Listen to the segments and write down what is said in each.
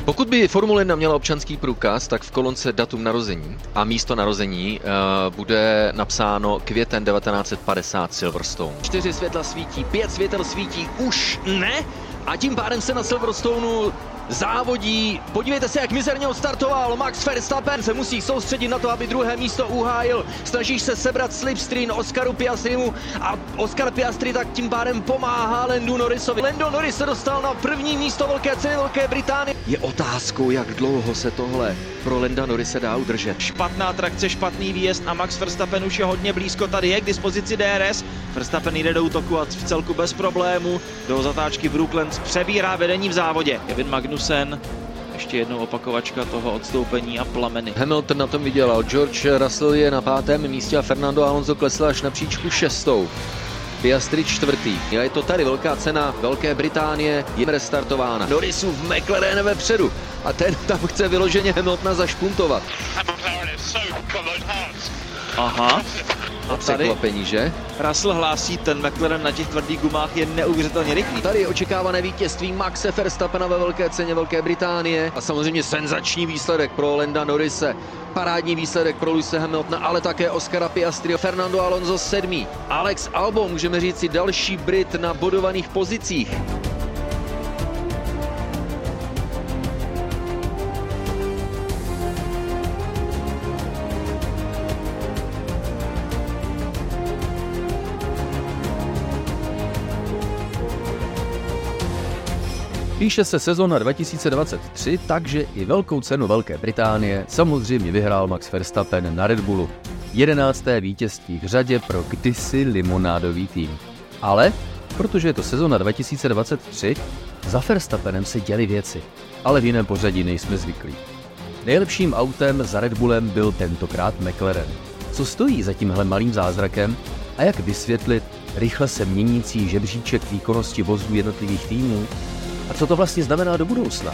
Pokud by Formule 1 měla občanský průkaz, tak v kolonce datum narození a místo narození bude napsáno květen 1950 Silverstone. 4 světla svítí, 5 světel svítí, už ne? A tím pádem se na Silverstoneu závodí. Podívejte se, jak mizerně odstartoval. Max Verstappen se musí soustředit na to, aby druhé místo uhájil. Snaží se sebrat slipstream Oscaru Piastrimu a Oscar Piastri tak tím pádem pomáhá Landu Norrisovi. Lando Norris se dostal na první místo velké ceny Velké Británie. Je otázkou, jak dlouho se tohle pro Landa Norrise dá udržet. Špatná trakce, špatný výjezd a Max Verstappen už je hodně blízko. Tady je k dispozici DRS. Verstappen jde do útoku a v celku bez problému. Do zatáčky Brooklands přebírá vedení v závodě. Kevin Magnussen, ještě jednou opakovačka toho odstoupení a plameny. Hamilton na tom vydělal, George Russell je na 5. místě a Fernando Alonso klesl až na příčku 6. Piastri 4. A je to tady velká cena Velké Británie, je restartována. Norrisův McLaren vepředu a ten tam chce vyloženě Hamiltona zašpuntovat. Aha. A překvapení, že? Russell hlásí, ten McLaren na těch tvrdých gumách je neuvěřitelně rychlý. Tady je očekávané vítězství Maxe Verstappena ve velké ceně Velké Británie a samozřejmě senzační výsledek pro Landa Norrise. Parádní výsledek pro Lewise Hamiltona, ale také Oscara Piastri. Fernando Alonso 7. Alex Albon, můžeme říci další Brit na bodovaných pozicích. Píše se sezona 2023, takže i velkou cenu Velké Británie samozřejmě vyhrál Max Verstappen na Red Bullu. 11. vítězství v řadě pro kdysi limonádový tým. Ale, protože je to sezona 2023, za Verstappenem se děly věci, ale v jiném pořadí nejsme zvyklí. Nejlepším autem za Red Bullem byl tentokrát McLaren. Co stojí za tímhle malým zázrakem a jak vysvětlit rychle se měnící žebříček výkonnosti vozů jednotlivých týmů? A co to vlastně znamená do budoucna?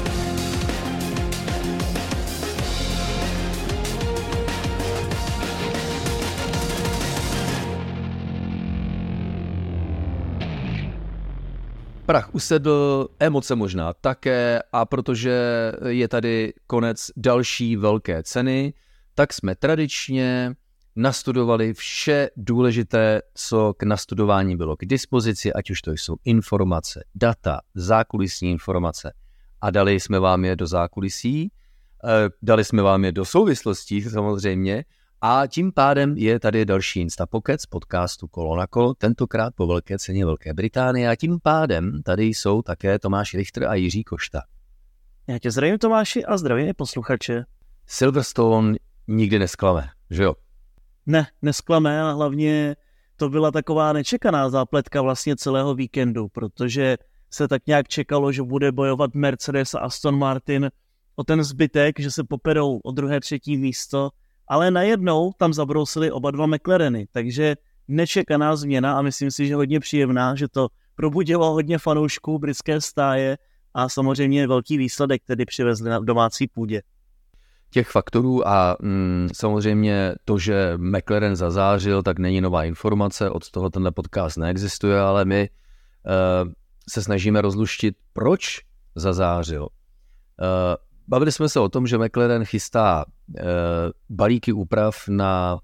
Prach usedl, emoce možná také a protože je tady konec další velké ceny, tak jsme tradičně nastudovali vše důležité, co k nastudování bylo k dispozici, ať už to jsou informace, data, zákulisní informace. A dali jsme vám je do zákulisí, dali jsme vám je do souvislostí samozřejmě a tím pádem je tady další Instapokec podcastu Kolo na kolo, tentokrát po velké ceně Velké Británie a tím pádem tady jsou také Tomáš Richter a Jiří Košta. Já tě zdravím, Tomáši, a zdravím posluchače. Silverstone nikdy nesklame, že jo? Ne, nesklame, a hlavně to byla taková nečekaná zápletka vlastně celého víkendu, protože se tak nějak čekalo, že bude bojovat Mercedes a Aston Martin o ten zbytek, že se poperou o 2., 3. místo, ale najednou tam zabrousili oba dva McLareny, takže nečekaná změna a myslím si, že hodně příjemná, že to probudilo hodně fanoušků britské stáje a samozřejmě velký výsledek tedy přivezli na domácí půdě. Těch faktorů a samozřejmě to, že McLaren zazářil, tak není nová informace, od toho tenhle podcast neexistuje, ale my se snažíme rozluštit, proč zazářil. Bavili jsme se o tom, že McLaren chystá balíky úprav na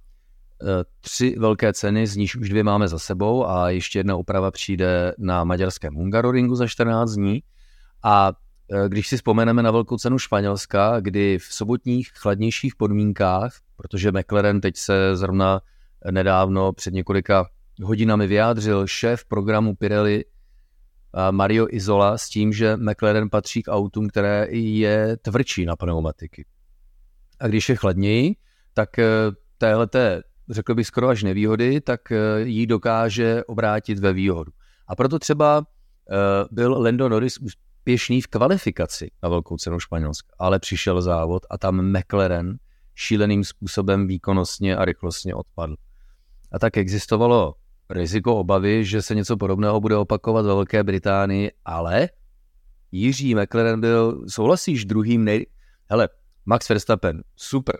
3 velké ceny, z níž už 2 máme za sebou a ještě jedna úprava přijde na maďarském Hungaroringu za 14 dní a když si vzpomeneme na velkou cenu Španělska, kdy v sobotních chladnějších podmínkách, protože McLaren teď se zrovna nedávno před několika hodinami vyjádřil šéf programu Pirelli Mario Isola s tím, že McLaren patří k autům, které je tvrdší na pneumatiky. A když je chladněji, tak téhleté, řekl bych skoro až nevýhody, tak ji dokáže obrátit ve výhodu. A proto třeba byl Lando Norris úspěšný v kvalifikaci na velkou cenu Španělska, ale přišel závod a tam McLaren šíleným způsobem výkonnostně a rychlostně odpadl. A tak existovalo riziko obavy, že se něco podobného bude opakovat ve Velké Británii, ale Jiří McLaren byl, souhlasíš, druhým Hele, Max Verstappen, super.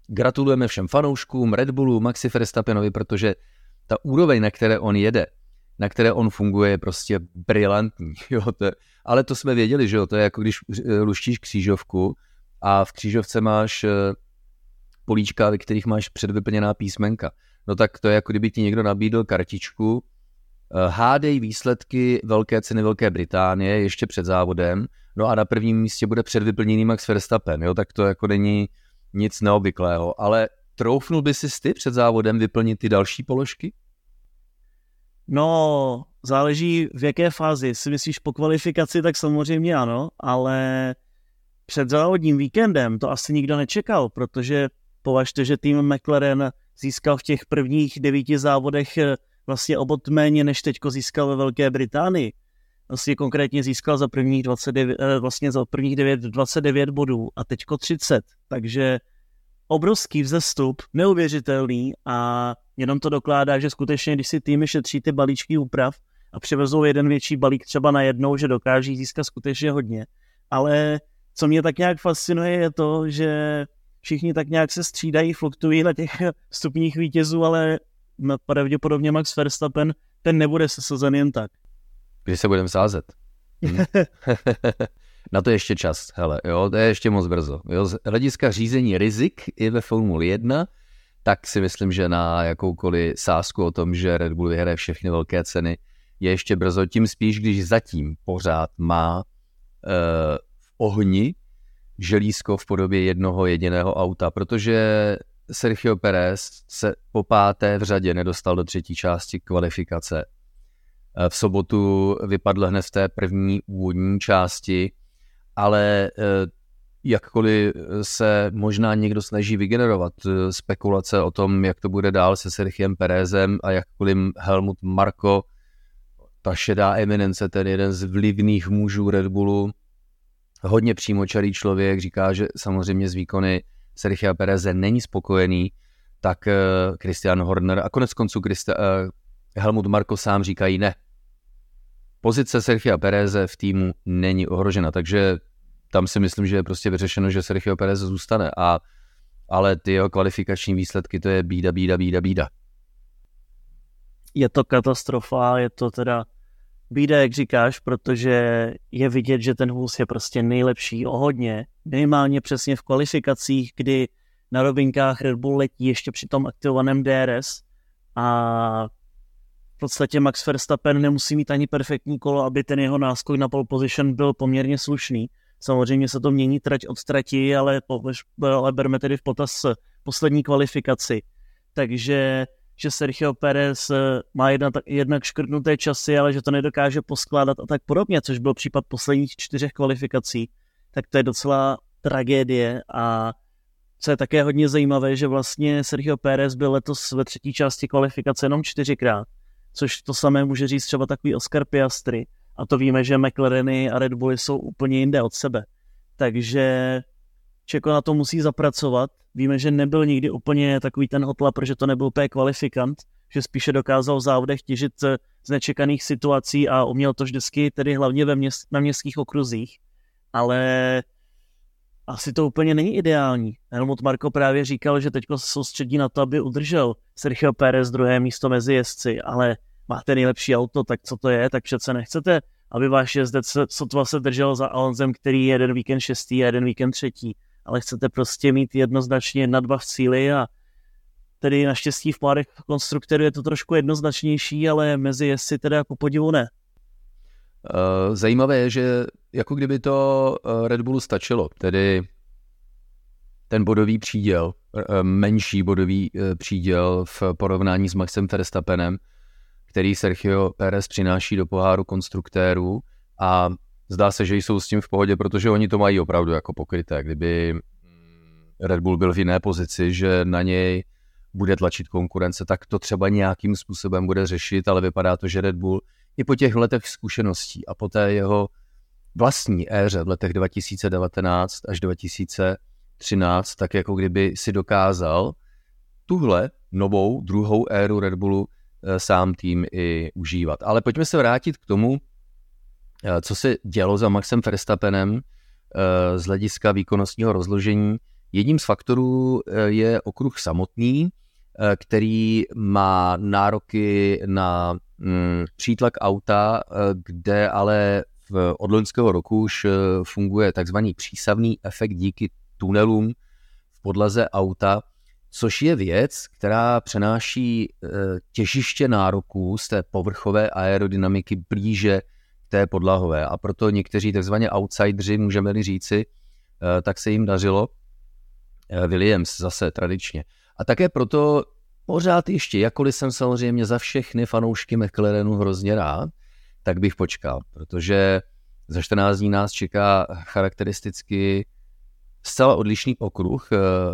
Gratulujeme všem fanouškům Red Bullu, Maxi Verstappenovi, protože ta úroveň, na které on jede, na které on funguje, je prostě brilantní. Jo, ale to jsme věděli, že jo, to je jako když luštíš křížovku a v křížovce máš políčka, ve kterých máš předvyplněná písmenka. No tak to je jako kdyby ti někdo nabídl kartičku, hádej výsledky velké ceny Velké Británie ještě před závodem, no a na prvním místě bude předvyplněný Max Verstappen, jo, tak to jako není nic neobvyklého, ale troufnul by si ty před závodem vyplnit ty další položky? No, záleží v jaké fázi. Si myslíš po kvalifikaci, tak samozřejmě ano, ale před závodním víkendem to asi nikdo nečekal, protože považte, že tým McLaren získal v těch prvních 9 závodech vlastně o bod méně, než teďko získal ve Velké Británii. Vlastně konkrétně získal za prvních 9 29 bodů a teďko 30, takže obrovský vzestup, neuvěřitelný a jenom to dokládá, že skutečně, když si týmy šetří ty balíčky úprav a přivezou jeden větší balík třeba na jednou, že dokáží získat skutečně hodně. Ale co mě tak nějak fascinuje je to, že všichni tak nějak se střídají, fluktují na těch stupních vítězů, ale pravděpodobně Max Verstappen, ten nebude sesazen jen tak. Kdy se budeme sázet? Na to ještě čas, hele, jo, to je ještě moc brzo. Jo, z hlediska řízení rizik i ve Formuli 1, tak si myslím, že na jakoukoliv sázku o tom, že Red Bull vyhraje všechny velké ceny, je ještě brzo, tím spíš, když zatím pořád má v ohni želízko v podobě jednoho jediného auta, protože Sergio Pérez se po 5. v řadě nedostal do 3. části kvalifikace. V sobotu vypadl hned v té první úvodní části, ale jakkoliv se možná někdo snaží vygenerovat spekulace o tom, jak to bude dál se Sergiem Pérezem a jakkoliv Helmut Marko, ta šedá eminence, ten jeden z vlivných mužů Red Bullu, hodně přímočarý člověk, říká, že samozřejmě z výkony Sergia Péreze není spokojený, tak Christian Horner a konec konců Helmut Marko sám říkají ne. Pozice Sergia Péreze v týmu není ohrožena, takže tam si myslím, že je prostě vyřešeno, že Sergio Pérez zůstane, ale ty jeho kvalifikační výsledky, to je bída. Je to katastrofa, je to teda bída, jak říkáš, protože je vidět, že ten vůz je prostě nejlepší o hodně, minimálně přesně v kvalifikacích, kdy na rovinkách Red Bull letí ještě při tom aktivovaném DRS a v podstatě Max Verstappen nemusí mít ani perfektní kolo, aby ten jeho náskok na pole position byl poměrně slušný. Samozřejmě se to mění trať od trati, ale berme tedy v potaz poslední kvalifikaci. Takže že Sergio Pérez má jednak škrtnuté časy, ale že to nedokáže poskládat a tak podobně, což byl případ posledních 4 kvalifikací, tak to je docela tragédie. A co je také hodně zajímavé, že vlastně Sergio Pérez byl letos ve 3. části kvalifikace jenom 4krát, což to samé může říct třeba takový Oscar Piastri. A to víme, že McLareny a Red Bully jsou úplně jinde od sebe. Takže Čeko na to musí zapracovat. Víme, že nebyl nikdy úplně takový ten hotla, protože to nebyl úplně kvalifikant, že spíše dokázal v závodech těžit z nečekaných situací a uměl to vždycky tedy hlavně na městských okruzích. Ale asi to úplně není ideální. Helmut Marko právě říkal, že teďko se soustředí na to, aby udržel Sergio Pérez 2. místo mezi jezdci, ale máte nejlepší auto, tak co to je? Tak přece nechcete, aby váš jezdec sotva se držel za Alonsem, který je jeden víkend 6. a jeden víkend 3. Ale chcete prostě mít jednoznačně 1-2 v cíli a tedy naštěstí v párech konstruktorů je to trošku jednoznačnější, ale mezi jezdci teda jako podivu ne. Zajímavé je, že jako kdyby to Red Bullu stačilo, tedy ten bodový příděl, menší bodový příděl v porovnání s Maxem Verstappenem, který Sergio Pérez přináší do poháru konstruktérů a zdá se, že jsou s tím v pohodě, protože oni to mají opravdu jako pokryté. Kdyby Red Bull byl v jiné pozici, že na něj bude tlačit konkurence, tak to třeba nějakým způsobem bude řešit, ale vypadá to, že Red Bull i po těch letech zkušeností a po té jeho vlastní éře v letech 2019 až 2013, tak jako kdyby si dokázal tuhle novou, druhou éru Red Bullu sám tým i užívat. Ale pojďme se vrátit k tomu, co se dělo za Maxem Verstappenem z hlediska výkonnostního rozložení. Jedním z faktorů je okruh samotný, který má nároky na přítlak auta, kde ale od loňského roku už funguje takzvaný přísavný efekt díky tunelům v podlaze auta, což je věc, která přenáší těžiště nároků z té povrchové aerodynamiky blíže k té podlahové. A proto někteří takzvaně outsideri, můžeme-li říci, tak se jim dařilo. Williams zase tradičně. A také proto pořád ještě, jakkoliv jsem samozřejmě za všechny fanoušky McLarenu hrozně rád, tak bych počkal, protože za 14 dní nás čeká charakteristicky zcela odlišný okruh,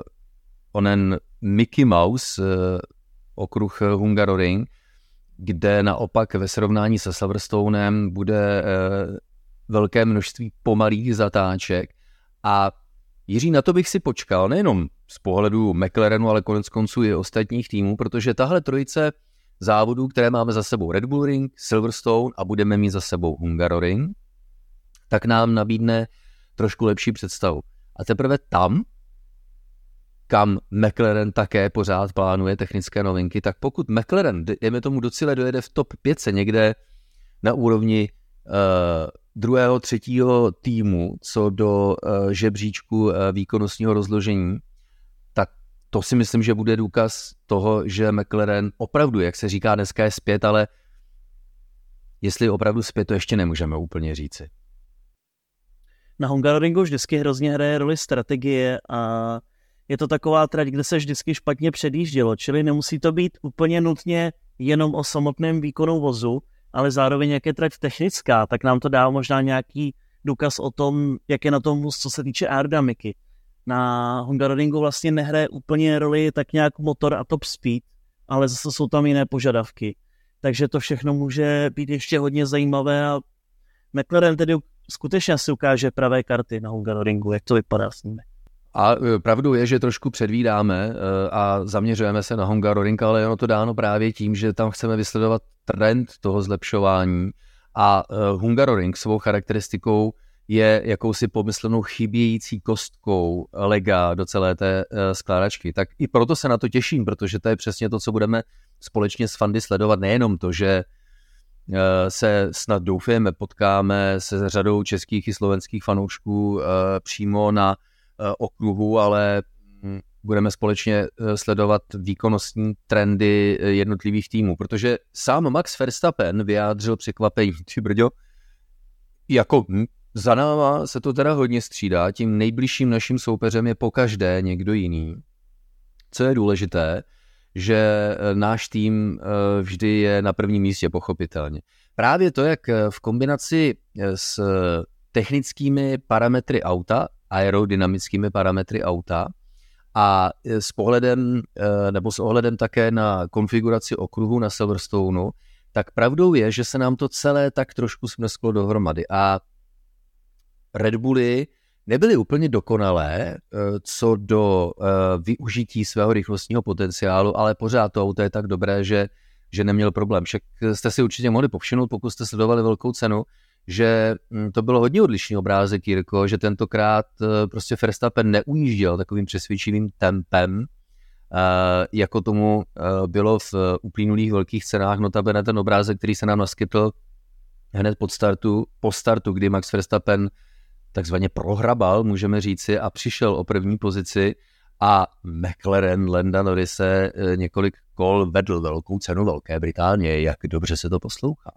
onen Mickey Mouse okruh Hungaroring, kde naopak ve srovnání se Silverstonem bude velké množství pomalých zatáček a Jiří, na to bych si počkal, nejenom z pohledu McLarenu, ale koneckonců i ostatních týmů, protože tahle trojice závodů, které máme za sebou Red Bull Ring, Silverstone a budeme mít za sebou Hungaroring, tak nám nabídne trošku lepší představu. A teprve tam, kam McLaren také pořád plánuje technické novinky, tak pokud McLaren, dejme tomu do cíle, dojede v top 5 někde na úrovni druhého, třetího týmu, co do žebříčku výkonnostního rozložení, tak to si myslím, že bude důkaz toho, že McLaren opravdu, jak se říká, dneska je zpět, ale jestli opravdu zpět, to ještě nemůžeme úplně říci. Na Hungaroringu vždycky hrozně hraje roli strategie a je to taková trať, kde se vždycky špatně předjíždělo, čili nemusí to být úplně nutně jenom o samotném výkonu vozu, ale zároveň jak je trať technická, tak nám to dá možná nějaký důkaz o tom, jak je na tom vůz, co se týče aerodynamiky. Na Hungaroringu vlastně nehraje úplně roli tak nějak motor a top speed, ale zase jsou tam jiné požadavky. Takže to všechno může být ještě hodně zajímavé a McLaren tedy skutečně si ukáže pravé karty na Hungaroringu, jak to vypadá s nimi. A pravdou je, že trošku předvídáme a zaměřujeme se na Hungaroring, ale ono to dáno právě tím, že tam chceme vysledovat trend toho zlepšování a Hungaroring svou charakteristikou je jakousi pomyslenou chybějící kostkou lega do celé té skládačky. Tak i proto se na to těším, protože to je přesně to, co budeme společně s fandy sledovat. Nejenom to, že se snad doufujeme, potkáme se řadou českých i slovenských fanoušků přímo na okruhu, ale budeme společně sledovat výkonnostní trendy jednotlivých týmů, protože sám Max Verstappen vyjádřil překvapení. Ty brďo, jako za náma se to teda hodně střídá, tím nejbližším naším soupeřem je pokaždé někdo jiný. Co je důležité, že náš tým vždy je na prvním místě, pochopitelně. Právě to, jak v kombinaci s technickými parametry auta, aerodynamickými parametry auta a s pohledem nebo s ohledem také na konfiguraci okruhu na Silverstoneu, tak pravdou je, že se nám to celé tak trošku smesklo dohromady a Red Bully nebyly úplně dokonalé co do využití svého rychlostního potenciálu, ale pořád to auto je tak dobré, že neměl problém. Však jste si určitě mohli povšimnout, pokud jste sledovali Velkou cenu, že to bylo hodně odlišný obrázek, Jirko, že tentokrát prostě Verstappen neujížděl takovým přesvědčivým tempem, jako tomu bylo v uplynulých velkých cenách. Notabene ten obrázek, který se nám naskytl hned po startu, kdy Max Verstappen takzvaně prohrabal, můžeme říci, a přišel o první pozici a McLaren Landa Norrise několik kol vedl Velkou cenu Velké Británie. Jak dobře se to poslouchá.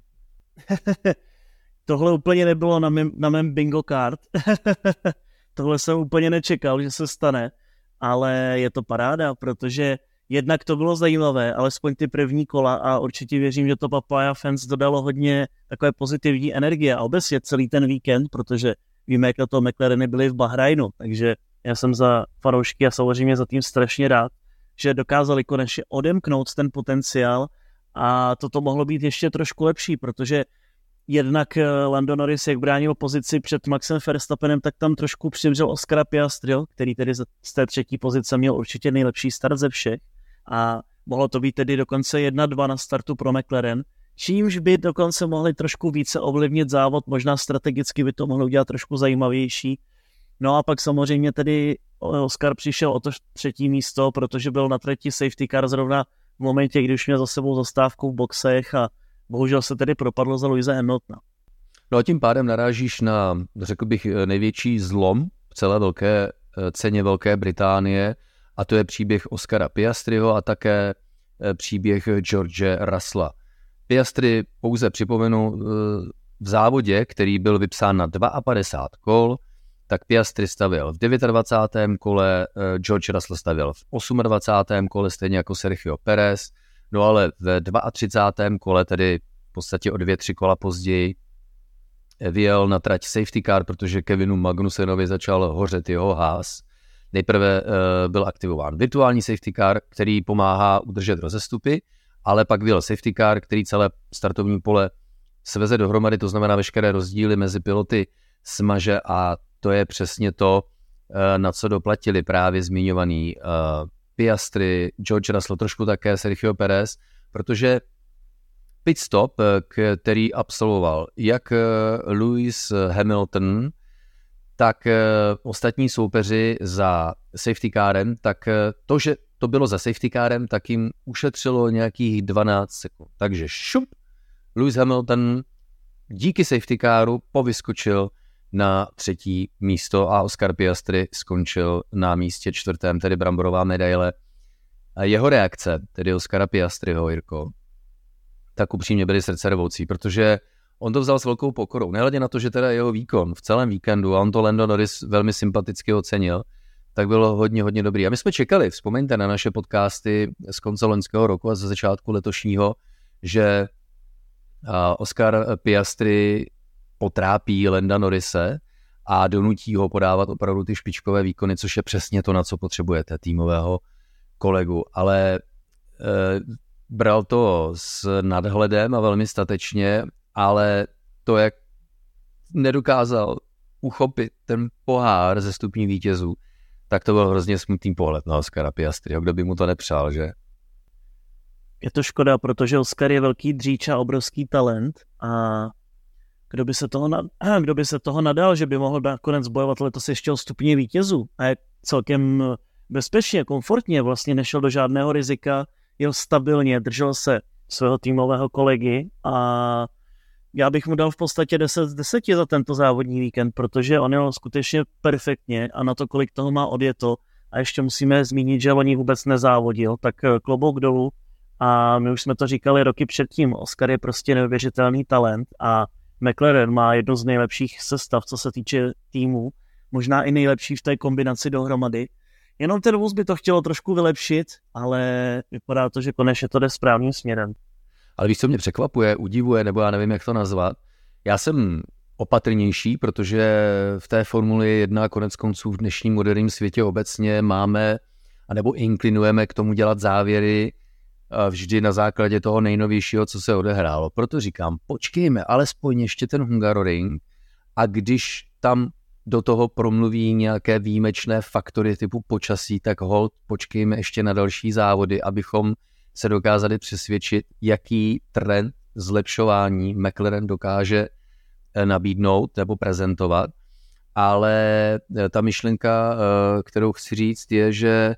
Tohle úplně nebylo na mém bingo card. Tohle jsem úplně nečekal, že se stane, ale je to paráda, protože jednak to bylo zajímavé, alespoň ty první kola a určitě věřím, že to Papaya Fans dodalo hodně takové pozitivní energie a obecně celý ten víkend, protože víme, jak na to McLareny byly v Bahrajnu, takže já jsem za fanoušky a samozřejmě za tým strašně rád, že dokázali konečně odemknout ten potenciál a toto mohlo být ještě trošku lepší, protože jednak Lando Norris, jak bránil pozici před Maxem Verstappenem, tak tam trošku přivřel Oscara Piastryho, který tedy z té třetí pozice měl určitě nejlepší start ze všech a mohlo to být tedy dokonce 1-2 na startu pro McLaren, čímž by dokonce mohli trošku více ovlivnit závod, možná strategicky by to mohlo udělat trošku zajímavější. No a pak samozřejmě tedy Oscar přišel o to třetí místo, protože byl na trati safety car zrovna v momentě, kdy už měl za sebou zastávku v boxech a bohužel se tedy propadlo za Lewise Hamiltona. No a tím pádem narážíš na, řekl bych, největší zlom v celé ceně Velké Británie, a to je příběh Oscara Piastriho a také příběh George Russella. Piastri, pouze připomenu, v závodě, který byl vypsán na 52 kol, tak Piastri stavěl v 29. kole, George Russell stavěl v 28. kole, stejně jako Sergio Perez, no ale v 32. kole, tedy v podstatě o 2-3 kola později, vyjel na trať safety car, protože Kevinu Magnusenovi začal hořet jeho ház. Nejprve byl aktivován virtuální safety car, který pomáhá udržet rozestupy, ale pak vyjel safety car, který celé startovní pole sveze dohromady, to znamená veškeré rozdíly mezi piloty smaže, a to je přesně to, na co doplatili právě zmiňovaný Piastri, George Russell, trošku také Sergio Perez, protože pit stop, který absolvoval jak Lewis Hamilton, tak ostatní soupeři za safety carem, tak to, že to bylo za safety carem, tak jim ušetřilo nějakých 12 sekund. Takže šup, Lewis Hamilton díky safety caru povyskočil na 3. místo a Oscar Piastri skončil na místě 4., tedy bramborová medaile. A jeho reakce, tedy Oscara Piastriho, Jirko, tak upřímně byly srdcervoucí, protože on to vzal s velkou pokorou. Nehledě na to, že teda jeho výkon v celém víkendu, a on to Lando Norris velmi sympaticky ocenil, tak bylo hodně dobrý. A my jsme čekali, vzpomeňte na naše podcasty z konce loňského roku a ze začátku letošního, že Oscar Piastri potrápí Landa Norrise a donutí ho podávat opravdu ty špičkové výkony, což je přesně to, na co potřebujete, týmového kolegu. Ale bral to s nadhledem a velmi statečně, ale to, jak nedokázal uchopit ten pohár ze stupní vítězů, tak to byl hrozně smutný pohled na Oscara Piastriho, kdo by mu to nepřál, že? Je to škoda, protože Oscar je velký dříč a obrovský talent a kdo by se toho nadal, že by mohl nakonec bojovat letos ještě o stupně vítězů a jak celkem bezpečně, komfortně, vlastně nešel do žádného rizika, jel stabilně, držel se svého týmového kolegy a já bych mu dal v podstatě 10 z 10 za tento závodní víkend, protože on jel skutečně perfektně a na to, kolik toho má odjeto, a ještě musíme zmínit, že loni vůbec nezávodil, tak klobouk dolů. A my už jsme to říkali roky předtím, Oscar je prostě neuvěřitelný talent a McLaren má jednu z nejlepších sestav, co se týče týmu, možná i nejlepší v té kombinaci dohromady. Jenom ten vůz by to chtělo trošku vylepšit, ale vypadá to, že konečně to jde správným směrem. Ale víš, co mě překvapuje, udivuje, nebo já nevím, jak to nazvat. Já jsem opatrnější, protože v té Formuli 1 konec konců v dnešním moderním světě obecně máme, anebo inklinujeme k tomu dělat závěry vždy na základě toho nejnovějšího, co se odehrálo. Proto říkám, počkejme alespoň ještě ten Hungaroring, a když tam do toho promluví nějaké výjimečné faktory typu počasí, tak hold počkejme ještě na další závody, abychom se dokázali přesvědčit, jaký trend zlepšování McLaren dokáže nabídnout nebo prezentovat. Ale ta myšlenka, kterou chci říct, je, že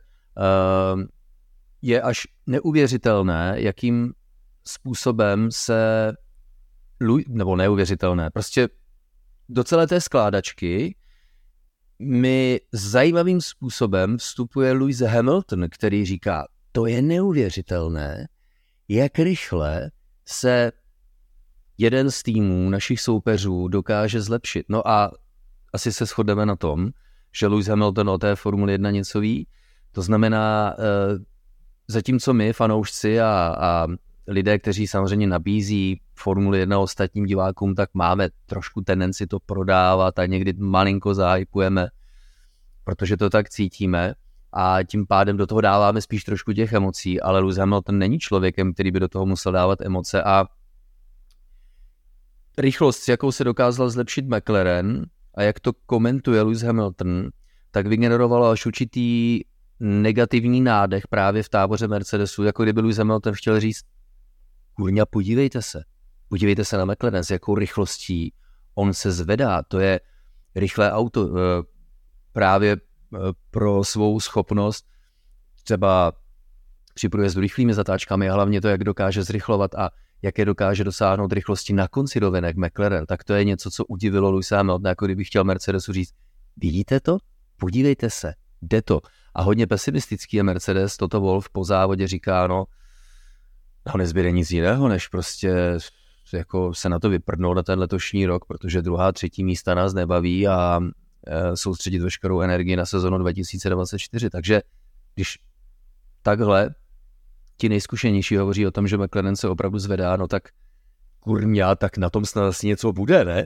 je až neuvěřitelné, jakým způsobem se, nebo neuvěřitelné, prostě do celé té skládačky mi zajímavým způsobem vstupuje Lewis Hamilton, který říká, to je neuvěřitelné, jak rychle se jeden z týmů našich soupeřů dokáže zlepšit. No a asi se shodneme na tom, že Lewis Hamilton o té Formuli 1 něco ví. To znamená, zatímco my, fanoušci a lidé, kteří samozřejmě nabízí Formuli 1 ostatním divákům, tak máme trošku tendenci to prodávat a někdy malinko zahypujeme, protože to tak cítíme a tím pádem do toho dáváme spíš trošku těch emocí, ale Lewis Hamilton není člověkem, který by do toho musel dávat emoce, a rychlost, s jakou se dokázal zlepšit McLaren a jak to komentuje Lewis Hamilton, tak vygenerovalo až určitý negativní nádech právě v táboře Mercedesu, jako kdyby Lewis Hamilton chtěl říct, kurňa, podívejte se na McLaren, s jakou rychlostí on se zvedá, to je rychlé auto právě pro svou schopnost třeba při průjezdu rychlými zatáčkami a hlavně to, jak dokáže zrychlovat a jaké dokáže dosáhnout rychlosti na konci rovinek McLaren, tak to je něco, co udivilo Lewise Hamiltona, jako kdybych chtěl Mercedesu říct, vidíte to? Podívejte se, jde to. A hodně pesimistický je Mercedes, Toto Wolff po závodě říká, no nezbyde nic jiného, než prostě jako se na to vyprdnout na ten letošní rok, protože 2., 3. místa nás nebaví a soustředit veškerou energii na sezonu 2024. Takže když takhle ti nejzkušenější hovoří o tom, že McLaren se opravdu zvedá, no tak kurňa, tak na tom snad asi něco bude, ne?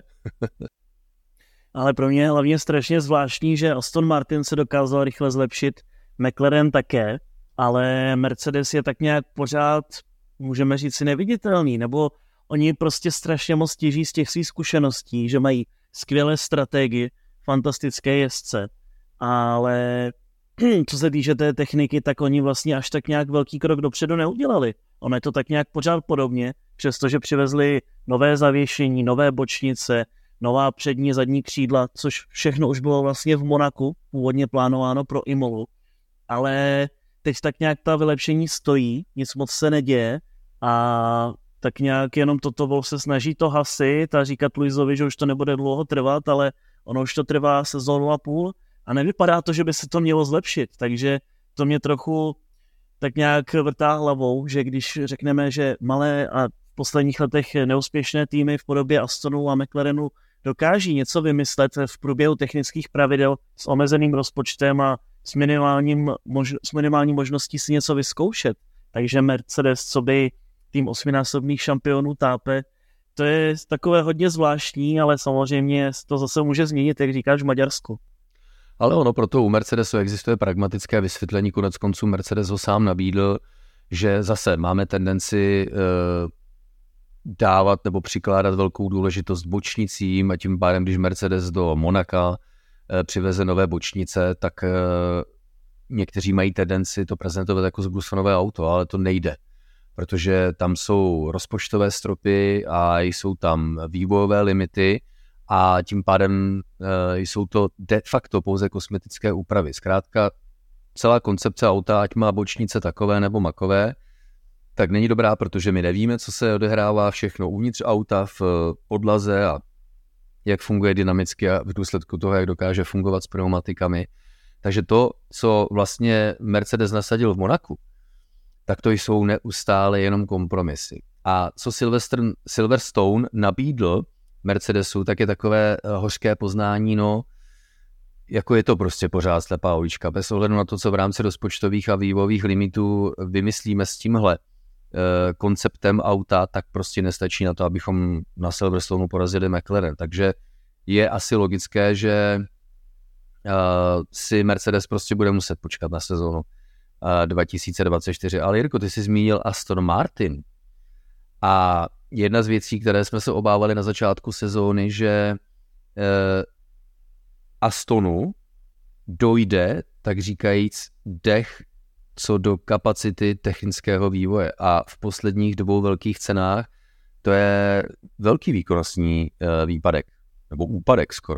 Ale pro mě je hlavně strašně zvláštní, že Aston Martin se dokázal rychle zlepšit, McLaren také, ale Mercedes je tak nějak pořád, můžeme říct si, neviditelný, nebo oni prostě strašně moc těží z těch svých zkušeností, že mají skvělé strategie, fantastické jezdce, ale co se týče té techniky, tak oni vlastně až tak nějak velký krok dopředu neudělali. Ono je to tak nějak pořád podobně, přestože přivezli nové zavěšení, nové bočnice, nová přední zadní křídla, což všechno už bylo vlastně v Monaku, původně plánováno pro Imolu, ale teď tak nějak ta vylepšení stojí, nic moc se neděje a tak nějak jenom Toto Wolff se snaží to hasit a říkat Lewisovi, že už to nebude dlouho trvat, ale ono už to trvá sezónu a půl a nevypadá to, že by se to mělo zlepšit, takže to mě trochu tak nějak vrtá hlavou, že když řekneme, že malé a v posledních letech neúspěšné týmy v podobě Astonu a McLarenu dokáží něco vymyslet v průběhu technických pravidel s omezeným rozpočtem a s minimální možností si něco vyzkoušet. Takže Mercedes, co by tým 8násobných šampionů tápe, to je takové hodně zvláštní, ale samozřejmě to zase může změnit, jak říkáš, v Maďarsku. Ale ono proto u Mercedesu existuje pragmatické vysvětlení, konec konců Mercedes ho sám nabídl, že zase máme tendenci dávat nebo přikládat velkou důležitost bočnicím a tím pádem, když Mercedes do Monaka přiveze nové bočnice, tak někteří mají tendenci to prezentovat jako zbruslové auto, ale to nejde, protože tam jsou rozpočtové stropy a jsou tam vývojové limity a tím pádem jsou to de facto pouze kosmetické úpravy. Zkrátka celá koncepce auta, ať má bočnice takové nebo makové, tak není dobrá, protože my nevíme, co se odehrává všechno uvnitř auta, v podlaze a jak funguje dynamicky a v důsledku toho, jak dokáže fungovat s pneumatikami. Takže to, co vlastně Mercedes nasadil v Monaku, tak to jsou neustále jenom kompromisy. A co Silverstone nabídl Mercedesu, tak je takové hořké poznání, no, jako je to prostě pořád slepá ulička. Bez ohledu na to, co v rámci rozpočtových a vývojových limitů vymyslíme s tímhle konceptem auta, tak prostě nestačí na to, abychom na Silverstoneu porazili McLaren. Takže je asi logické, že si Mercedes prostě bude muset počkat na sezónu 2024. Ale Jirko, ty jsi zmínil Aston Martin. A jedna z věcí, které jsme se obávali na začátku sezóny, že Astonu dojde, tak říkajíc, dech co do kapacity technického vývoje. A v posledních 2 velkých cenách to je velký výkonnostní výpadek, nebo úpadek skoro.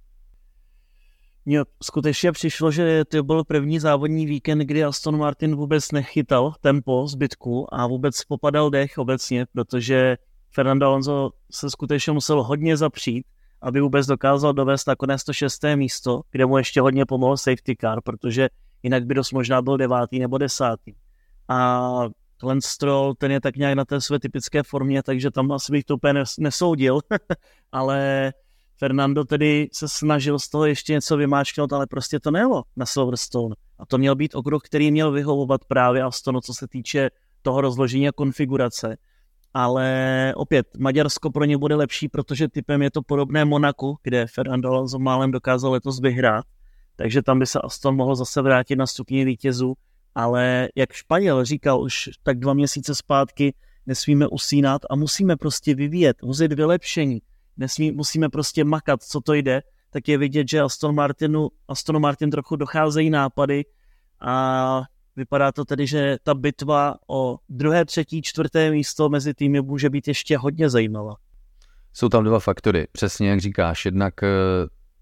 Mně skutečně přišlo, že to byl první závodní víkend, kdy Aston Martin vůbec nechytal tempo zbytku a vůbec popadal dech obecně, protože Fernando Alonso se skutečně musel hodně zapřít, aby vůbec dokázal dovést nakonec to 6. místo, kde mu ještě hodně pomohl safety car, protože jinak by dost možná byl 9. nebo 10. A Lance Stroll, ten je tak nějak na té své typické formě, takže tam asi bych to úplně nesoudil, ale Fernando tedy se snažil z toho ještě něco vymáčknout, ale prostě to nejelo na Silverstone. A to měl být okruh, který měl vyhovovat právě Astonu, co se týče toho rozložení a konfigurace. Ale opět, Maďarsko pro ně bude lepší, protože typem je to podobné Monaku, kde Fernando Alonso málem dokázal letos vyhrát. Takže tam by se Aston mohl zase vrátit na stupni vítězů. Ale jak Španěl říkal už tak 2 měsíce zpátky, nesmíme usínat a musíme prostě vyvíjet, vozit vylepšení. Musíme prostě makat, co to jde, tak je vidět, že Astonu Martin trochu docházejí nápady a vypadá to tedy, že ta bitva o 2., 3., 4. místo mezi týmy může být ještě hodně zajímavá. Jsou tam 2 faktory, přesně jak říkáš. Jednak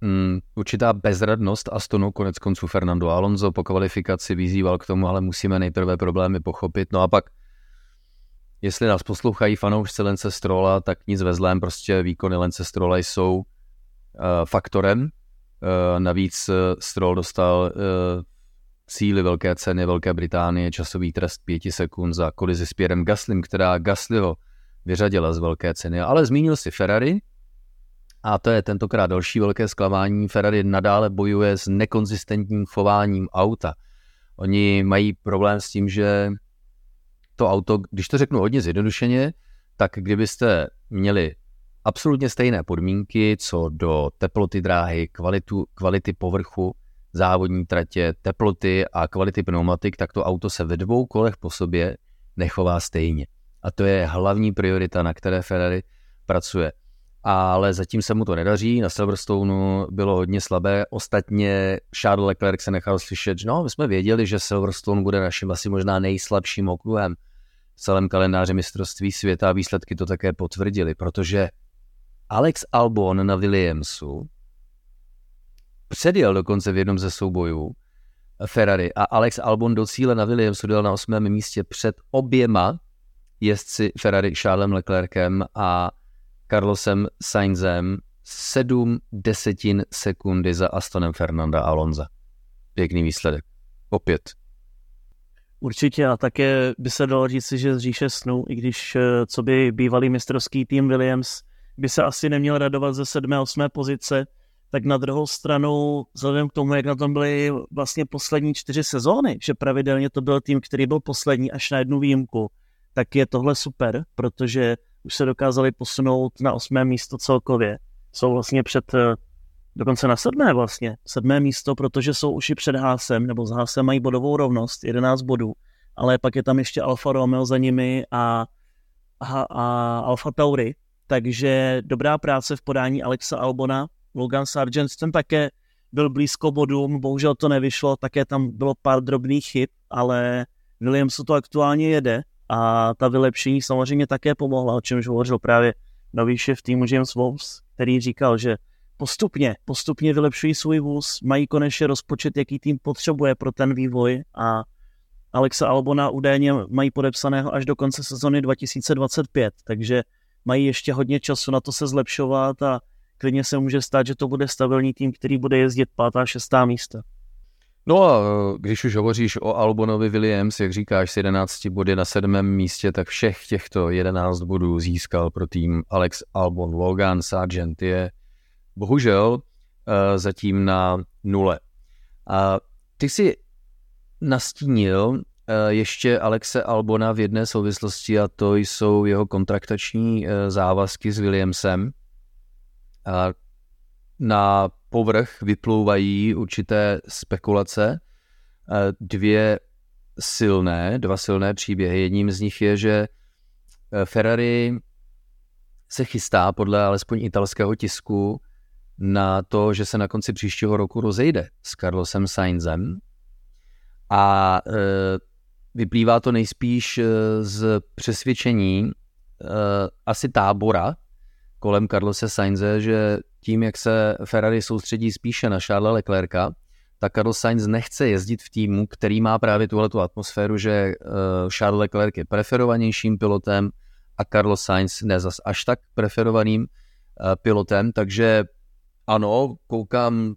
určitá bezradnost Astonu, konec konců Fernando Alonso po kvalifikaci vyzýval k tomu, ale musíme nejprve problémy pochopit. No a pak, jestli nás poslouchají fanoušci Lance Strolla, tak nic ve zlém, prostě výkony Lance Strolla jsou faktorem. Navíc Stroll dostal cíli velké ceny Velké Británie časový trest 5 sekund za kolizi s Pierrem Gaslym, která Gaslyho vyřadila z velké ceny. Ale zmínil si Ferrari a to je tentokrát další velké zklamání. Ferrari nadále bojuje s nekonzistentním chováním auta. Oni mají problém s tím, že to auto, když to řeknu hodně zjednodušeně, tak kdybyste měli absolutně stejné podmínky co do teploty dráhy, kvality povrchu, závodní tratě, teploty a kvality pneumatik, tak to auto se ve 2 kolech po sobě nechová stejně. A to je hlavní priorita, na které Ferrari pracuje. Ale zatím se mu to nedaří, na Silverstoneu bylo hodně slabé, ostatně Charles Leclerc se nechal slyšet, že my jsme věděli, že Silverstone bude naším asi možná nejslabším okruhem v celém kalendáři mistrovství světa a výsledky to také potvrdili, protože Alex Albon na Williamsu předjel dokonce v jednom ze soubojů Ferrari a Alex Albon do cíle na Williamsu dojel na 8. místě před oběma jezdci Ferrari Charlesem Leclercem a Carlosem Sainzem 0,7 sekundy za Astonem Fernanda Alonsa. Pěkný výsledek. Opět. Určitě a také by se dalo říci, že z říše snů, i když co by bývalý mistrovský tým Williams by se asi neměl radovat ze 7. a 8. pozice, tak na druhou stranu, vzhledem k tomu, jak na tom byly vlastně poslední 4 sezóny, že pravidelně to byl tým, který byl poslední až na jednu výjimku, tak je tohle super, protože už se dokázali posunout na 8. místo celkově. Jsou vlastně dokonce na 7. vlastně. 7. místo, protože jsou už i před Haasem, nebo s Haasem mají bodovou rovnost, 11 bodů, ale pak je tam ještě Alfa Romeo za nimi a Alfa Tauri, takže dobrá práce v podání Alexa Albona. Logan Sargent, ten také byl blízko bodům, bohužel to nevyšlo, také tam bylo pár drobných chyb, ale Williamsu to aktuálně jede a ta vylepšení samozřejmě také pomohla, o čemž hovořil právě nový šéf týmu James Wolves, který říkal, že postupně vylepšují svůj vůz, mají konečně rozpočet, jaký tým potřebuje pro ten vývoj a Alexa Albona údajně mají podepsaného až do konce sezony 2025, takže mají ještě hodně času na to se zlepšovat a klidně se může stát, že to bude stabilní tým, který bude jezdit 5. a 6. místa. No a když už hovoříš o Albonovi Williams, jak říkáš, s 11 body na 7. místě, tak všech těchto 11 bodů získal pro tým Alex Albon. Logan Sargent je bohužel zatím na 0. A ty si nastínil ještě Alexe Albona v jedné souvislosti a to jsou jeho kontraktační závazky s Williamsem. A na povrch vyplouvají určité spekulace, dva silné příběhy. Jedním z nich je, že Ferrari se chystá podle alespoň italského tisku na to, že se na konci příštího roku rozejde s Carlosem Sainzem a vyplývá to nejspíš z přesvědčení asi tábora kolem Carlose Sainze, že tím, jak se Ferrari soustředí spíše na Charlesa Leclerca, tak Carlos Sainz nechce jezdit v týmu, který má právě tuhletu atmosféru, že Charles Leclerc je preferovanějším pilotem a Carlos Sainz ne zas až tak preferovaným pilotem, takže ano, koukám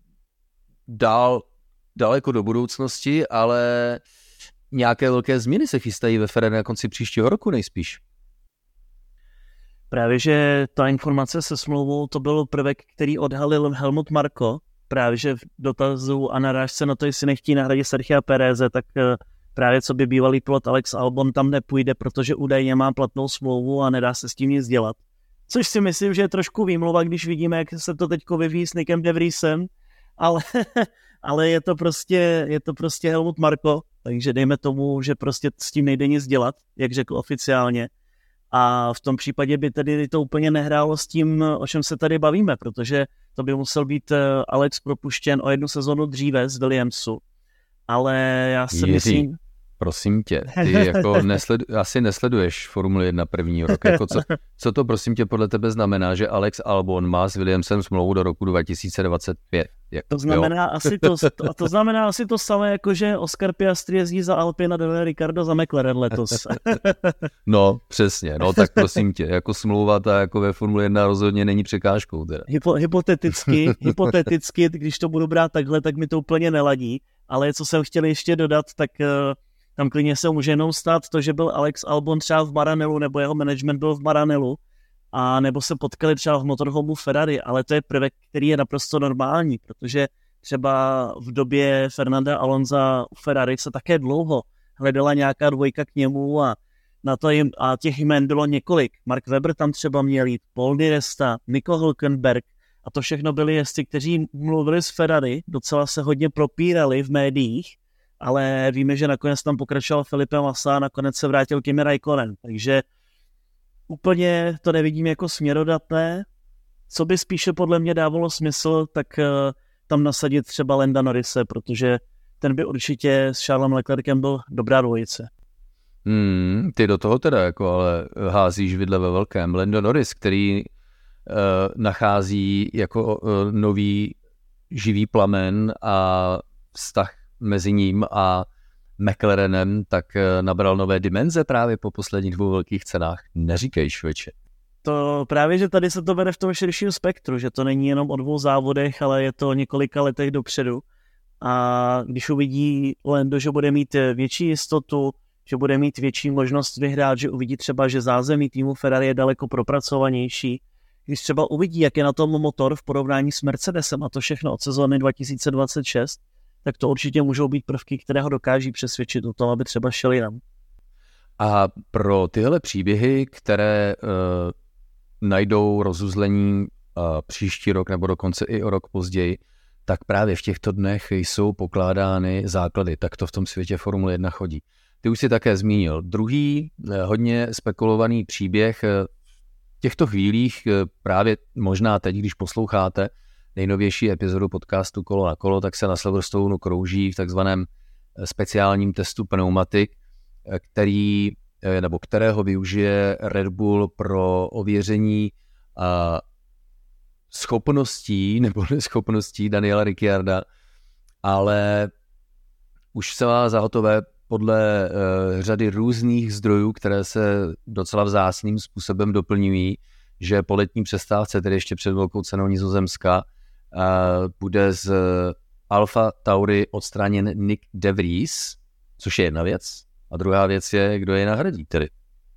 daleko do budoucnosti, ale nějaké velké změny se chystají ve Ferrari na konci příštího roku nejspíš. Právě, že ta informace se smlouvou, to byl prvek, který odhalil Helmut Marko, právě, že v dotazu a narážce na to, jestli nechtí nahradit Sergia Péreze, tak právě co by bývalý pilot Alex Albon tam nepůjde, protože údajně má platnou smlouvu a nedá se s tím nic dělat. Což si myslím, že je trošku výmluva, když vidíme, jak se to teďko vyvíjí s Nickem de Vriesem, ale je to prostě Helmut Marko, takže dejme tomu, že prostě s tím nejde nic dělat, jak řekl oficiálně. A v tom případě by tedy to úplně nehrálo s tím, o čem se tady bavíme, protože to by musel být Alex propuštěn o 1 sezonu dříve z Williamsu. Ale já si myslím... prosím tě, ty jako asi nesleduješ Formuli 1 první rok. Jako co to prosím tě podle tebe znamená, že Alex Albon má s Williamsem smlouvu do roku 2025? To znamená asi to samé, jako že Oscar Piastri jezdí za Alpine a Daniel Ricciardo za McLaren letos. No, přesně, no tak prosím tě, jako smlouva ta jako ve Formuli 1 rozhodně není překážkou. Teda. Hypoteticky, když to budu brát takhle, tak mi to úplně neladí, ale co jsem chtěl ještě dodat, tak tam klidně se může jenom stát to, že byl Alex Albon třeba v Maranellu, nebo jeho management byl v Maranellu, a nebo se potkali třeba v motorhomu Ferrari, ale to je prvek, který je naprosto normální, protože třeba v době Fernanda Alonsa u Ferrari se také dlouho hledala nějaká dvojka k němu a těch jmen bylo několik. Mark Webber tam třeba měl jít, Paul di Resta, Nico Hülkenberg, a to všechno byli jezdci, kteří mluvili s Ferrari, docela se hodně propírali v médiích, ale víme, že nakonec tam pokračoval Felipe Massa a nakonec se vrátil Kimi Räikkönen, takže úplně to nevidím jako směrodatné. Co by spíše podle mě dávalo smysl, tak tam nasadit třeba Landa Norrise, protože ten by určitě s Charlesem Leclercem byl dobrá dvojice. Ty do toho teda jako ale házíš vidle ve velkém. Lando Norris, který nachází jako nový živý plamen a vztah mezi ním a McLarenem, tak nabral nové dimenze právě po posledních 2 velkých cenách. Neříkej, šveče. To právě, že tady se to bere v tom širším spektru, že to není jenom o 2 závodech, ale je to několika letech dopředu. A když uvidí Lando, že bude mít větší jistotu, že bude mít větší možnost vyhrát, že uvidí třeba, že zázemí týmu Ferrari je daleko propracovanější, když třeba uvidí, jak je na tom motor v porovnání s Mercedesem a to všechno od sezóny 2026, tak to určitě můžou být prvky, které ho dokáží přesvědčit o tom, aby třeba šel jinam. A pro tyhle příběhy, které najdou rozuzlení příští rok nebo dokonce i o rok později, tak právě v těchto dnech jsou pokládány základy. Tak to v tom světě Formule 1 chodí. Ty už si také zmínil. Druhý hodně spekulovaný příběh v těchto chvílích, právě možná teď, když posloucháte nejnovější epizodu podcastu Kolo na kolo, tak se na Silverstoneu krouží v takzvaném speciálním testu pneumatik, kterého využije Red Bull pro ověření schopností nebo neschopností Daniela Ricciarda, ale už se má za hotové podle řady různých zdrojů, které se docela vzácným způsobem doplňují, že po letní přestávce, tedy ještě před velkou cenou Nizozemska, bude z Alfa Tauri odstraněn Nick de Vries, což je jedna věc. A druhá věc je, kdo je nahradí tedy.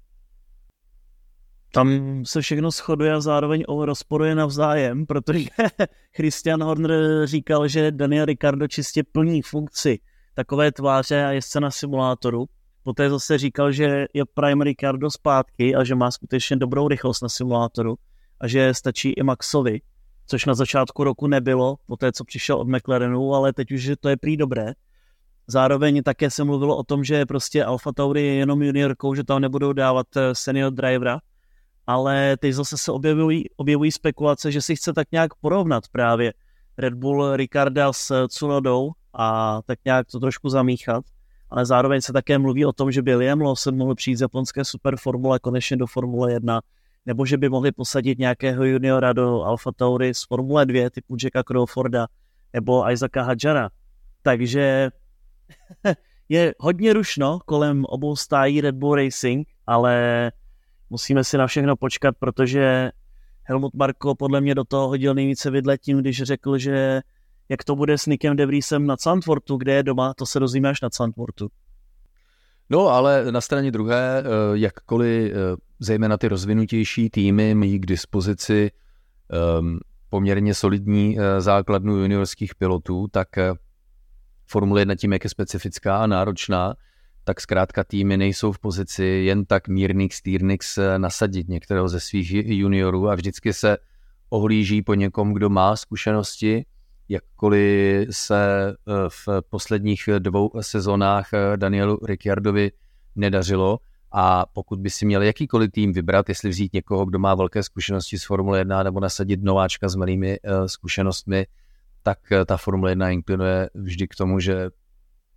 Tam se všechno shoduje a zároveň rozporuje navzájem, protože Christian Horner říkal, že Daniel Ricciardo čistě plní funkci takové tváře a jezdce na simulátoru. Poté zase říkal, že je Prime Ricciardo zpátky a že má skutečně dobrou rychlost na simulátoru a že stačí i Maxovi, což na začátku roku nebylo, poté co přišel od McLarenu, ale teď už to je prý dobré. Zároveň také se mluvilo o tom, že prostě Alfa Tauri je jenom juniorkou, že tam nebudou dávat senior drivera, ale teď zase se objevují spekulace, že si chce tak nějak porovnat právě Red Bull Ricciarda s Tsunodou a tak nějak to trošku zamíchat, ale zároveň se také mluví o tom, že by Liam Lawson mohl přijít z japonské superformule konečně do Formule 1, nebo že by mohli posadit nějakého juniora do Alfa Tauri z Formule 2 typu Jacka Crawforda nebo Isaaca Hadjara. Takže je hodně rušno kolem obou stájí Red Bull Racing, ale musíme si na všechno počkat, protože Helmut Marko podle mě do toho hodil nejvíce vidle tím, když řekl, že jak to bude s Nickem de Vriesem na Zandvoortu, kde je doma, to se dozvíme až na Zandvoortu. No, ale na straně druhé, jakkoliv zejména ty rozvinutější týmy mají k dispozici poměrně solidní základnu juniorských pilotů, tak Formule 1 tím, jak je specifická a náročná, tak zkrátka týmy nejsou v pozici jen tak mírnix nasadit některého ze svých juniorů a vždycky se ohlíží po někom, kdo má zkušenosti, jakkoliv se v posledních 2 sezónách Danielu Ricciardovi nedařilo. A pokud by si měl jakýkoliv tým vybrat, jestli vzít někoho, kdo má velké zkušenosti z Formule 1 nebo nasadit nováčka s malými zkušenostmi, tak ta Formule 1 inklinuje vždy k tomu, že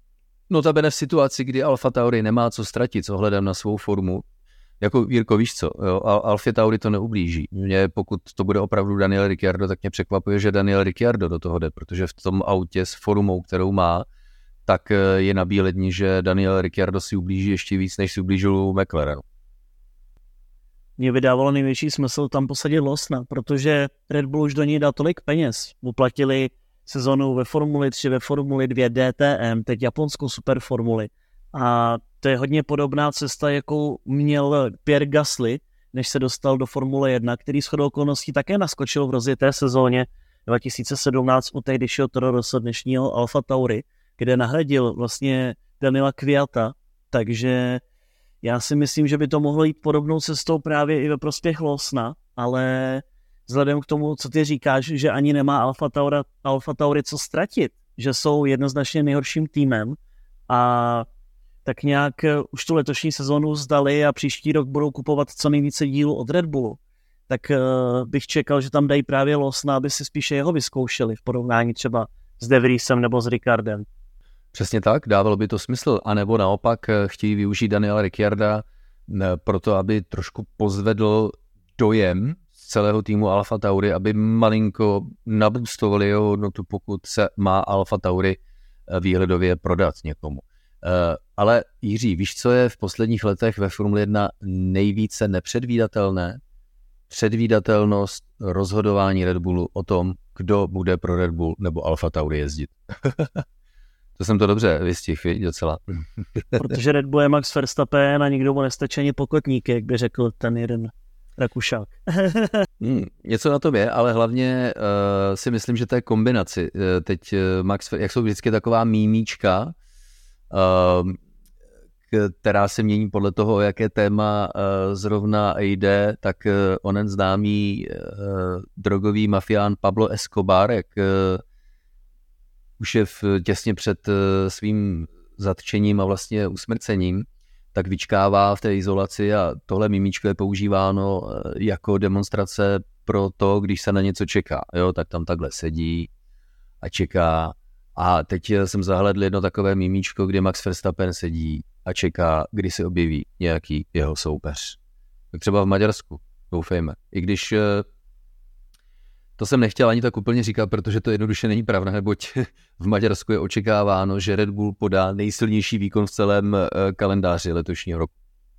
Notabene v situaci, kdy AlphaTauri nemá co ztratit s ohledem na svou formu, jako Jirko, víš co, jo, AlphaTauri to neublíží. Mě, pokud to bude opravdu Daniel Ricciardo, tak mě překvapuje, že Daniel Ricciardo do toho jde, protože v tom autě s formou, kterou má, tak je nabílední, že Daniel Ricciardo si ublíží ještě víc, než si ublížil McLarenu. Mně by dávalo největší smysl tam posadit Lawsona, protože Red Bull už do něj dá tolik peněz. Uplatili sezonu ve Formuli 3, ve Formuli 2 DTM, teď japonskou superformuli. A to je hodně podobná cesta, jakou měl Pierre Gasly, než se dostal do Formule 1, který shodou okolností také naskočil v rozjeté sezóně 2017 u tehdejšího Toro Rosso, dnešního AlphaTauri, kde nahradil vlastně Daniela Kvyata, takže já si myslím, že by to mohlo jít podobnou cestou právě i ve prospěch Lawsona, ale vzhledem k tomu, co ty říkáš, že ani nemá AlphaTauri co ztratit, že jsou jednoznačně nejhorším týmem a tak nějak už tu letošní sezonu zdali a příští rok budou kupovat co nejvíce dílů od Red Bullu, tak bych čekal, že tam dají právě Lawsona, aby si spíše jeho vyzkoušeli v porovnání třeba s De Vriesem nebo s Ricciardem. Přesně tak, dávalo by to smysl, anebo naopak chtějí využít Daniela Ricciarda proto, aby trošku pozvedl dojem z celého týmu AlphaTauri, aby malinko nabustovali jeho hodnotu, pokud se má AlphaTauri výhledově prodat někomu. Ale Jiří, víš, co je v posledních letech ve Formule 1 nejvíce nepředvídatelné? Předvídatelnost rozhodování Red Bullu o tom, kdo bude pro Red Bull nebo AlphaTauri jezdit. To jsem to dobře vystihl, docela. Protože Red Bull je Max Verstappen a nikdo mu nestačí ani pokotníky, jak by řekl ten jeden Rakušák. Něco na tom je, ale hlavně si myslím, že to je kombinaci. Teď Max, jak jsou vždycky taková mímíčka, která se mění podle toho, jaké téma zrovna jde, tak onen známý drogový mafián Pablo Escobar, jak už je těsně před svým zatčením a vlastně usmrcením, tak vyčkává v té izolaci a tohle mimíčko je používáno jako demonstrace pro to, když se na něco čeká. Jo, tak tam takhle sedí a čeká. A teď jsem zahledl jedno takové mimíčko, kde Max Verstappen sedí a čeká, kdy se objeví nějaký jeho soupeř. Tak třeba v Maďarsku, doufejme. I když to jsem nechtěl ani tak úplně říkat, protože to jednoduše není pravda, neboť v Maďarsku je očekáváno, že Red Bull podá nejsilnější výkon v celém kalendáři letošního roku.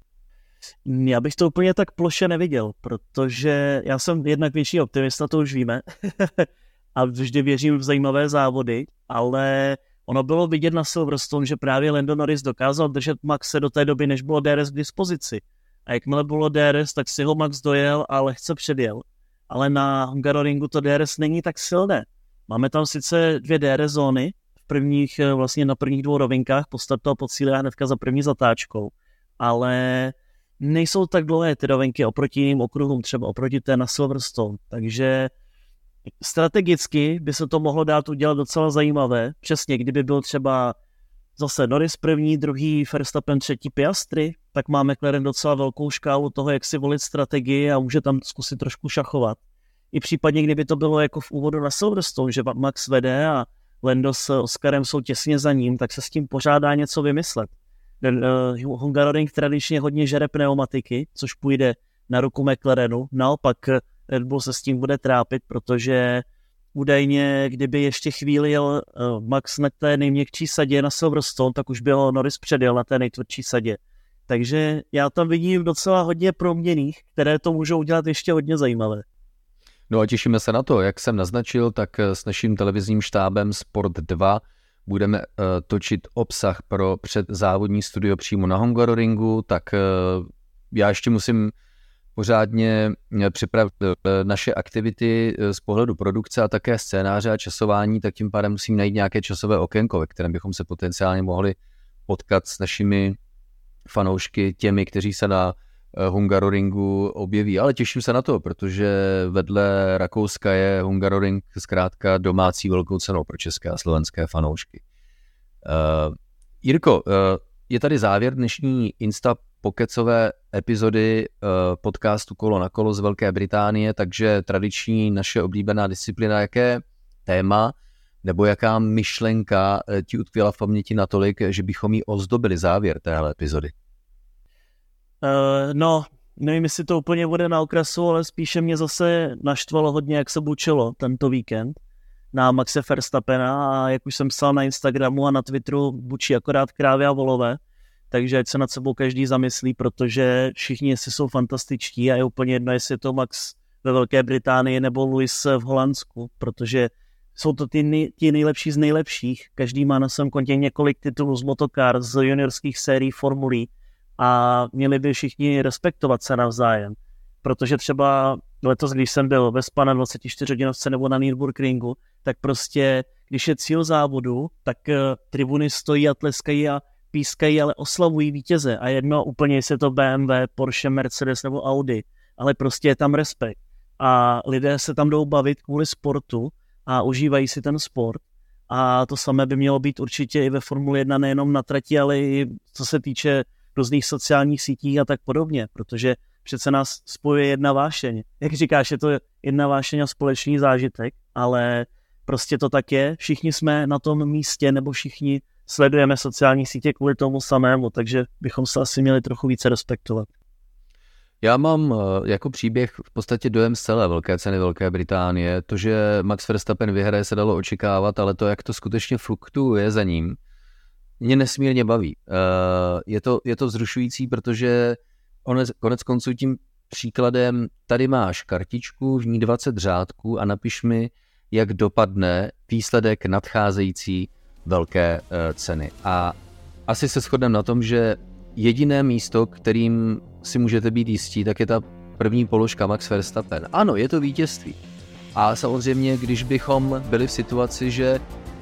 Já bych to úplně tak ploše neviděl, protože já jsem jednak větší optimista, to už víme, a vždy věřím v zajímavé závody, ale ono bylo vidět na Silverstone, že právě Lando Norris dokázal držet Maxe do té doby, než bylo DRS k dispozici. A jakmile bylo DRS, tak si ho Max dojel a lehce předjel. Ale na Hungaroringu to DRS není tak silné. Máme tam sice 2 DRS zóny, vlastně na prvních 2 rovinkách, postartoval po cíli a hnedka za první zatáčkou, ale nejsou tak dlouhé ty rovinky oproti jiným okruhům, třeba oproti té na Silverstone, takže strategicky by se to mohlo dát udělat docela zajímavé, přesně kdyby byl třeba zase Norris první, druhý, Verstappen třetí, Piastri, tak má McLaren docela velkou škálu toho, jak si volit strategii a může tam zkusit trošku šachovat. I případně, kdyby to bylo jako v úvodu na Silverstone, že Max vede a Lando s Oscarem jsou těsně za ním, tak se s tím pořádá něco vymyslet. Hungaroring tradičně hodně žere pneumatiky, což půjde na ruku McLarenu. Naopak Red Bull se s tím bude trápit, protože údajně, kdyby ještě chvíli jel Max na té nejměkčí sadě na Silverstone, tak už by ho Norris předjel na té nejtvrdší sadě. Takže já tam vidím docela hodně proměnných, které to můžou udělat ještě hodně zajímavé. No a těšíme se na to, jak jsem naznačil, tak s naším televizním štábem Sport 2 budeme točit obsah pro předzávodní studio přímo na Hungaroringu, tak já ještě musím pořádně připravit naše aktivity z pohledu produkce a také scénáře a časování, tak tím pádem musím najít nějaké časové okénko, ve kterém bychom se potenciálně mohli potkat s našimi fanoušky, těmi, kteří se na Hungaroringu objeví. Ale těším se na to, protože vedle Rakouska je Hungaroring zkrátka domácí velkou cenou pro české a slovenské fanoušky. Jirko, je tady závěr dnešní Instapokecové epizody podcastu Kolo na kolo z Velké Británie, takže tradiční naše oblíbená disciplína, jaké téma nebo jaká myšlenka ti utkvěla v paměti natolik, že bychom jí ozdobili závěr téhle epizody? No, nevím, jestli to úplně bude na okrasu, ale spíše mě zase naštvalo hodně, jak se bučilo tento víkend na Maxe Verstappena a jak už jsem psal na Instagramu a na Twitteru, bučí akorát krávy a volové, takže ať se nad sebou každý zamyslí, protože všichni jestli jsou fantastičtí a je úplně jedno, jestli je to Max ve Velké Británii nebo Lewis v Holandsku, protože jsou to ti nejlepší z nejlepších, každý má na svém kontě několik titulů z motokar, z juniorských sérií formulí a měli by všichni respektovat se navzájem, protože třeba letos, když jsem byl ve Spa na 24hodinovce nebo na Nürburgringu, tak prostě, když je cíl závodu, tak tribuny stojí a tleskají a pískají, ale oslavují vítěze a jedno úplně, jestli je to BMW, Porsche, Mercedes nebo Audi, ale prostě je tam respekt a lidé se tam jdou bavit kvůli sportu a užívají si ten sport a to samé by mělo být určitě i ve Formuli 1 nejenom na trati, ale i co se týče různých sociálních sítí a tak podobně, protože přece nás spojuje jedna vášeň. Jak říkáš, je to jedna vášeň a společný zážitek, ale prostě to tak je. Všichni jsme na tom místě nebo všichni sledujeme sociální sítě kvůli tomu samému, takže bychom se asi měli trochu více respektovat. Já mám jako příběh v podstatě dojem z celé velké ceny Velké Británie. To, že Max Verstappen vyhraje, se dalo očekávat, ale to, jak to skutečně fluktuuje za ním, mě nesmírně baví. Je to vzrušující, protože konec konců tím příkladem, tady máš kartičku, v ní 20 řádků a napiš mi, jak dopadne výsledek nadcházející velké ceny. A asi se shodneme na tom, že jediné místo, kterým si můžete být jistí, tak je ta první položka Max Verstappen. Ano, je to vítězství. A samozřejmě, když bychom byli v situaci, že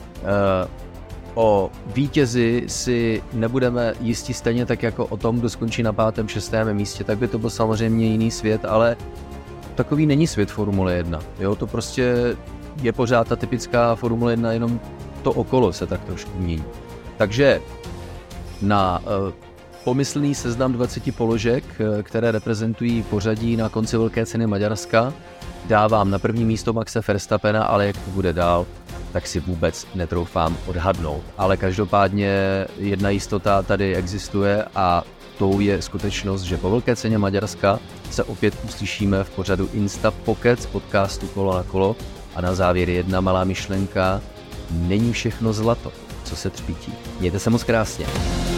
o vítězi si nebudeme jistí stejně tak jako o tom, kdo skončí na 5., 6. místě, tak by to byl samozřejmě jiný svět, ale takový není svět Formule 1. Jo, to prostě je pořád ta typická Formule 1, jenom to okolo se tak trošku mění. Takže na pomyslný seznam 20 položek, které reprezentují pořadí na konci Velké ceny Maďarska, dávám na první místo Maxe Verstappena, ale jak to bude dál, tak si vůbec netroufám odhadnout. Ale každopádně jedna jistota tady existuje a tou je skutečnost, že po Velké ceně Maďarska se opět uslyšíme v pořadu Insta Pocket z podcastu Kolo na kolo a na závěr jedna malá myšlenka. Není všechno zlato, co se třpítí. Mějte se moc krásně.